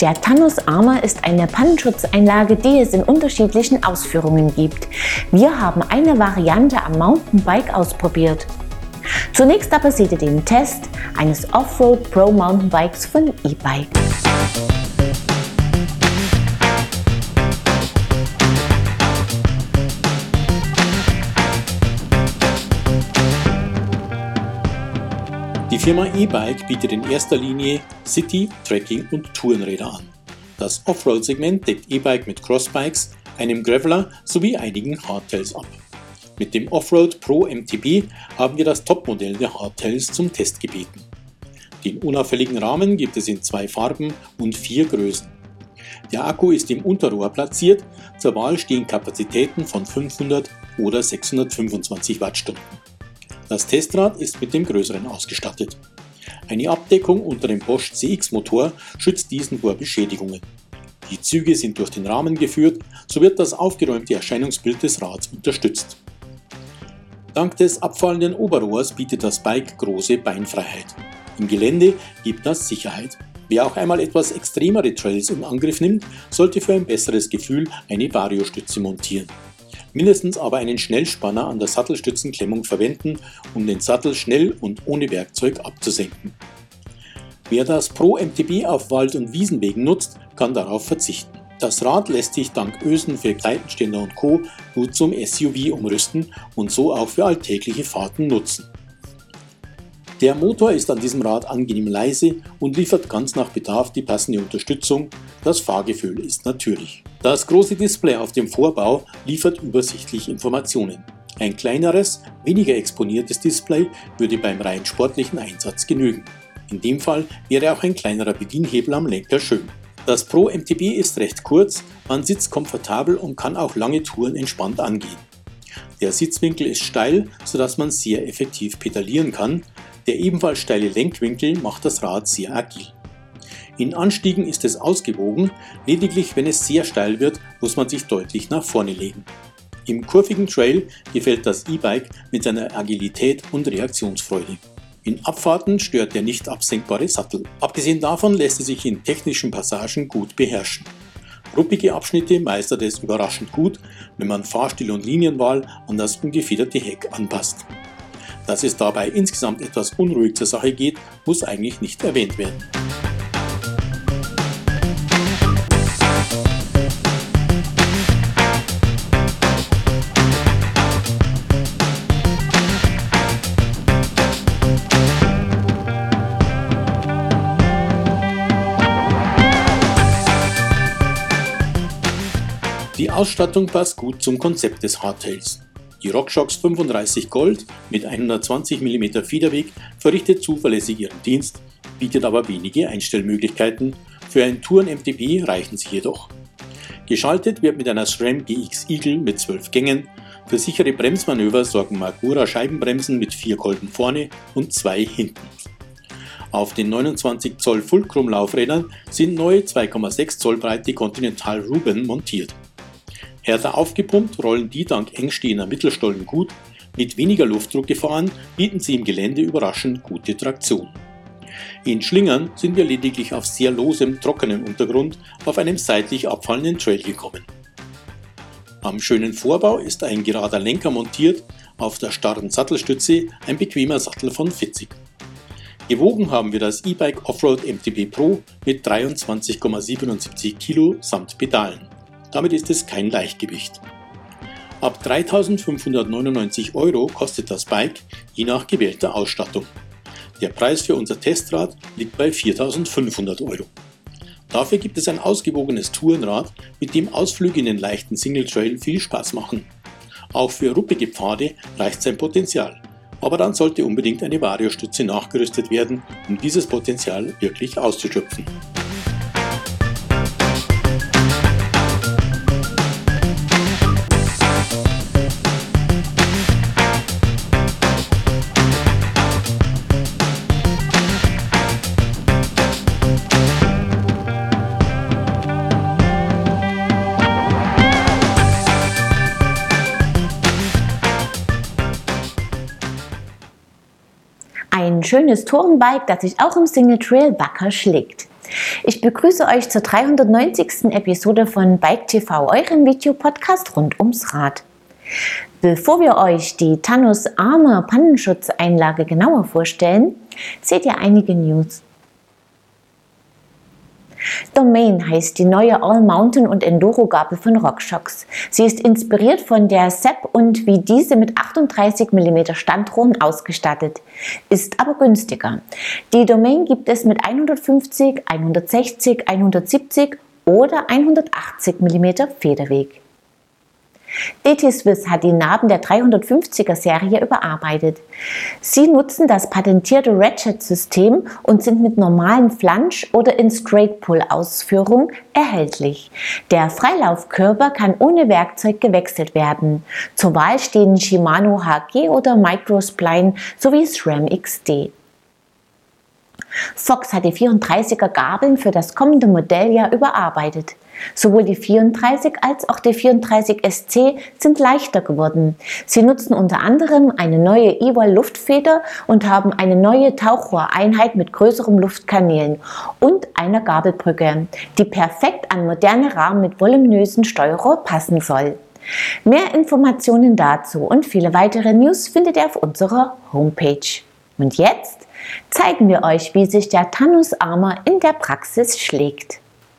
Der Thanos Armor ist eine Pannenschutzeinlage, die es in unterschiedlichen Ausführungen gibt. Wir haben eine Variante am Mountainbike ausprobiert. Zunächst aber seht ihr den Test eines Offroad Pro Mountainbikes von E-Bike. Die Firma E-Bike bietet in erster Linie City-, Trekking- und Tourenräder an. Das Offroad-Segment deckt E-Bike mit Crossbikes, einem Graveler sowie einigen Hardtails ab. Mit dem Offroad Pro MTB haben wir das Topmodell der Hardtails zum Test gebeten. Den unauffälligen Rahmen gibt es in 2 Farben und 4 Größen. Der Akku ist im Unterrohr platziert, zur Wahl stehen Kapazitäten von 500 oder 625 Wattstunden. Das Testrad ist mit dem größeren ausgestattet. Eine Abdeckung unter dem Bosch CX-Motor schützt diesen vor Beschädigungen. Die Züge sind durch den Rahmen geführt, so wird das aufgeräumte Erscheinungsbild des Rads unterstützt. Dank des abfallenden Oberrohrs bietet das Bike große Beinfreiheit. Im Gelände gibt das Sicherheit. Wer auch einmal etwas extremere Trails in Angriff nimmt, sollte für ein besseres Gefühl eine Variostütze montieren. Mindestens aber einen Schnellspanner an der Sattelstützenklemmung verwenden, um den Sattel schnell und ohne Werkzeug abzusenken. Wer das Pro MTB auf Wald- und Wiesenwegen nutzt, kann darauf verzichten. Das Rad lässt sich dank Ösen für Seitenständer und Co. gut zum SUV umrüsten und so auch für alltägliche Fahrten nutzen. Der Motor ist an diesem Rad angenehm leise und liefert ganz nach Bedarf die passende Unterstützung. Das Fahrgefühl ist natürlich. Das große Display auf dem Vorbau liefert übersichtlich Informationen. Ein kleineres, weniger exponiertes Display würde beim rein sportlichen Einsatz genügen. In dem Fall wäre auch ein kleinerer Bedienhebel am Lenker schön. Das Pro MTB ist recht kurz, man sitzt komfortabel und kann auch lange Touren entspannt angehen. Der Sitzwinkel ist steil, sodass man sehr effektiv pedalieren kann. Der ebenfalls steile Lenkwinkel macht das Rad sehr agil. In Anstiegen ist es ausgewogen, lediglich wenn es sehr steil wird, muss man sich deutlich nach vorne legen. Im kurvigen Trail gefällt das E-Bike mit seiner Agilität und Reaktionsfreude. In Abfahrten stört der nicht absenkbare Sattel. Abgesehen davon lässt es sich in technischen Passagen gut beherrschen. Ruppige Abschnitte meistert es überraschend gut, wenn man Fahrstil und Linienwahl an das ungefederte Heck anpasst. Dass es dabei insgesamt etwas unruhig zur Sache geht, muss eigentlich nicht erwähnt werden. Die Ausstattung passt gut zum Konzept des Hardtails. Die RockShox 35 Gold mit 120 mm Federweg verrichtet zuverlässig ihren Dienst, bietet aber wenige Einstellmöglichkeiten. Für ein Touren-MTB reichen sie jedoch. Geschaltet wird mit einer SRAM GX Eagle mit 12 Gängen. Für sichere Bremsmanöver sorgen Magura Scheibenbremsen mit 4 Kolben vorne und 2 hinten. Auf den 29 Zoll Fulcrum Laufrädern sind neue 2,6 Zoll breite Continental Ruben montiert. Härter aufgepumpt rollen die dank eng stehender Mittelstollen gut, mit weniger Luftdruck gefahren bieten sie im Gelände überraschend gute Traktion. In Schlingern sind wir lediglich auf sehr losem, trockenem Untergrund auf einem seitlich abfallenden Trail gekommen. Am schönen Vorbau ist ein gerader Lenker montiert, auf der starren Sattelstütze ein bequemer Sattel von Fitzig. Gewogen haben wir das E-Bike Offroad MTB Pro mit 23,77 Kilo samt Pedalen. Damit ist es kein Leichtgewicht. Ab 3.599 € kostet das Bike, je nach gewählter Ausstattung. Der Preis für unser Testrad liegt bei 4.500 €. Dafür gibt es ein ausgewogenes Tourenrad, mit dem Ausflüge in den leichten Single-Trail viel Spaß machen. Auch für ruppige Pfade reicht sein Potenzial, aber dann sollte unbedingt eine Variostütze nachgerüstet werden, um dieses Potenzial wirklich auszuschöpfen. Ein schönes Tourenbike, das sich auch im Single Trail wacker schlägt. Ich begrüße euch zur 390. Episode von Bike TV, eurem Videopodcast rund ums Rad. Bevor wir euch die Thanos Armor Pannenschutzeinlage genauer vorstellen, seht ihr einige News. Domain heißt die neue All-Mountain- und Enduro-Gabel von RockShox. Sie ist inspiriert von der Sepp und wie diese mit 38 mm Standrohren ausgestattet, ist aber günstiger. Die Domain gibt es mit 150, 160, 170 oder 180 mm Federweg. DT Swiss hat die Narben der 350er Serie überarbeitet. Sie nutzen das patentierte Ratchet-System und sind mit normalen Flange- oder in Straight-Pull-Ausführung erhältlich. Der Freilaufkörper kann ohne Werkzeug gewechselt werden. Zur Wahl stehen Shimano HG oder Microspline sowie SRAM XD. Fox hat die 34er Gabeln für das kommende Modelljahr überarbeitet. Sowohl die 34 als auch die 34 SC sind leichter geworden. Sie nutzen unter anderem eine neue Evol Luftfeder und haben eine neue Tauchrohreinheit mit größeren Luftkanälen und einer Gabelbrücke, die perfekt an moderne Rahmen mit voluminösen Steuerrohr passen soll. Mehr Informationen dazu und viele weitere News findet ihr auf unserer Homepage. Und jetzt zeigen wir euch, wie sich der Thanos Armor in der Praxis schlägt.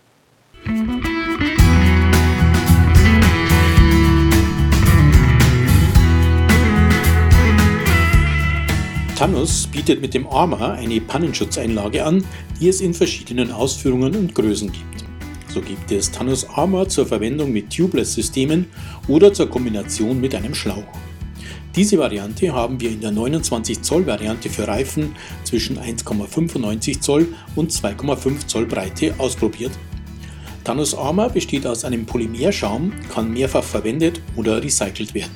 Thanos bietet mit dem Armor eine Pannenschutzeinlage an, die es in verschiedenen Ausführungen und Größen gibt. So gibt es Thanos Armor zur Verwendung mit Tubeless-Systemen oder zur Kombination mit einem Schlauch. Diese Variante haben wir in der 29 Zoll Variante für Reifen zwischen 1,95 Zoll und 2,5 Zoll Breite ausprobiert. Thanos Armor besteht aus einem Polymerschaum, kann mehrfach verwendet oder recycelt werden.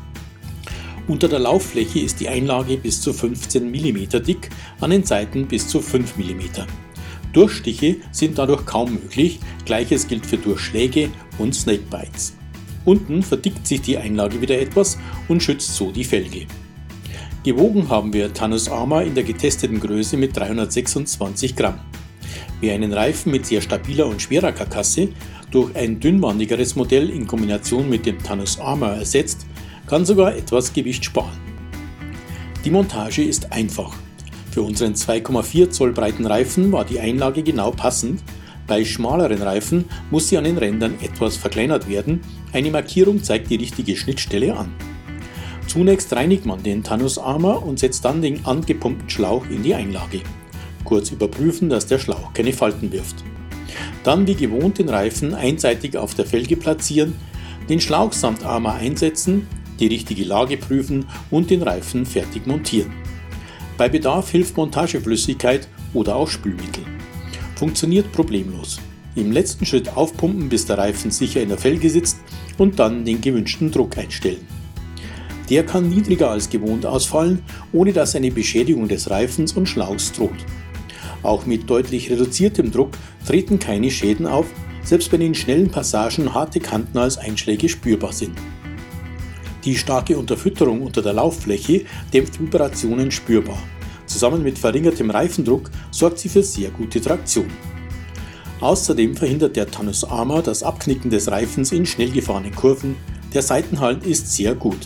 Unter der Lauffläche ist die Einlage bis zu 15 mm dick, an den Seiten bis zu 5 mm. Durchstiche sind dadurch kaum möglich, gleiches gilt für Durchschläge und Snakebites. Unten verdickt sich die Einlage wieder etwas und schützt so die Felge. Gewogen haben wir Thanos Armor in der getesteten Größe mit 326 Gramm. Wer einen Reifen mit sehr stabiler und schwerer Karkasse durch ein dünnwandigeres Modell in Kombination mit dem Thanos Armor ersetzt, kann sogar etwas Gewicht sparen. Die Montage ist einfach. Für unseren 2,4 Zoll breiten Reifen war die Einlage genau passend. Bei schmaleren Reifen muss sie an den Rändern etwas verkleinert werden. Eine Markierung zeigt die richtige Schnittstelle an. Zunächst reinigt man den Thanos Armor und setzt dann den angepumpten Schlauch in die Einlage. Kurz überprüfen, dass der Schlauch keine Falten wirft. Dann wie gewohnt den Reifen einseitig auf der Felge platzieren, den Schlauch samt Armor einsetzen, die richtige Lage prüfen und den Reifen fertig montieren. Bei Bedarf hilft Montageflüssigkeit oder auch Spülmittel. Funktioniert problemlos. Im letzten Schritt aufpumpen, bis der Reifen sicher in der Felge sitzt und dann den gewünschten Druck einstellen. Der kann niedriger als gewohnt ausfallen, ohne dass eine Beschädigung des Reifens und Schlauchs droht. Auch mit deutlich reduziertem Druck treten keine Schäden auf, selbst wenn in schnellen Passagen harte Kanten als Einschläge spürbar sind. Die starke Unterfütterung unter der Lauffläche dämpft Vibrationen spürbar. Zusammen mit verringertem Reifendruck sorgt sie für sehr gute Traktion. Außerdem verhindert der Thanos Armor das Abknicken des Reifens in schnell gefahrenen Kurven. Der Seitenhalt ist sehr gut.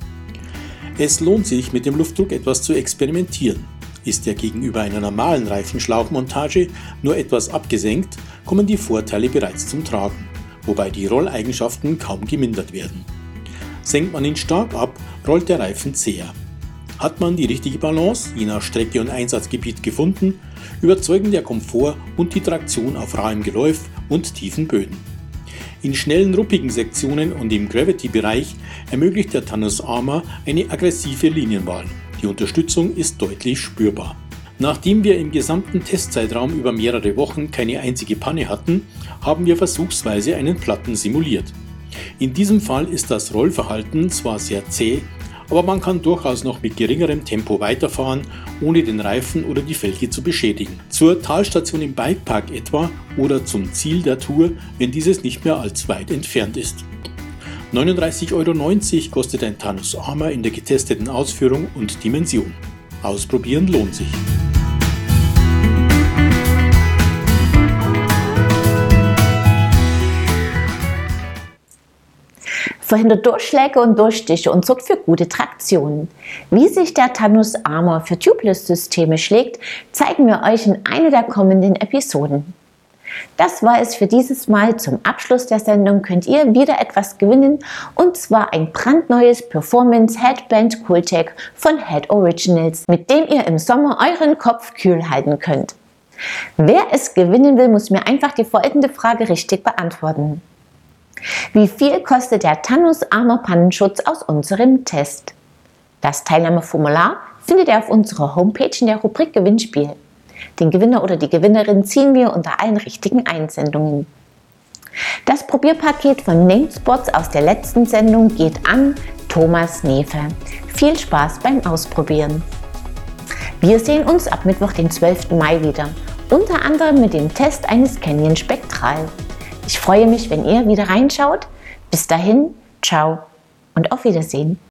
Es lohnt sich, mit dem Luftdruck etwas zu experimentieren. Ist er gegenüber einer normalen Reifenschlauchmontage nur etwas abgesenkt, kommen die Vorteile bereits zum Tragen, wobei die Rolleigenschaften kaum gemindert werden. Senkt man ihn stark ab, rollt der Reifen zäher. Hat man die richtige Balance, je nach Strecke und Einsatzgebiet gefunden, überzeugen der Komfort und die Traktion auf rahem Geläuf und tiefen Böden. In schnellen, ruppigen Sektionen und im Gravity-Bereich ermöglicht der Thanos Armor eine aggressive Linienwahl. Die Unterstützung ist deutlich spürbar. Nachdem wir im gesamten Testzeitraum über mehrere Wochen keine einzige Panne hatten, haben wir versuchsweise einen Platten simuliert. In diesem Fall ist das Rollverhalten zwar sehr zäh, aber man kann durchaus noch mit geringerem Tempo weiterfahren, ohne den Reifen oder die Felge zu beschädigen. Zur Talstation im Bikepark etwa oder zum Ziel der Tour, wenn dieses nicht mehr allzu weit entfernt ist. 39,90 € kostet ein Thanos Armor in der getesteten Ausführung und Dimension. Ausprobieren lohnt sich. verhindert Durchschläge und Durchstiche und sorgt für gute Traktion. Wie sich der Tannus Armor für Tubeless-Systeme schlägt, zeigen wir euch in einer der kommenden Episoden. Das war es für dieses Mal. Zum Abschluss der Sendung könnt ihr wieder etwas gewinnen, und zwar ein brandneues Performance Headband Cooltech von Head Originals, mit dem ihr im Sommer euren Kopf kühl halten könnt. Wer es gewinnen will, muss mir einfach die folgende Frage richtig beantworten. Wie viel kostet der Tannus Armor Pannenschutz aus unserem Test? Das Teilnahmeformular findet ihr auf unserer Homepage in der Rubrik Gewinnspiel. Den Gewinner oder die Gewinnerin ziehen wir unter allen richtigen Einsendungen. Das Probierpaket von NameSpots aus der letzten Sendung geht an Thomas Nefe. Viel Spaß beim Ausprobieren! Wir sehen uns ab Mittwoch, den 12. Mai wieder, unter anderem mit dem Test eines Canyon Spektral. Ich freue mich, wenn ihr wieder reinschaut. Bis dahin, ciao und auf Wiedersehen.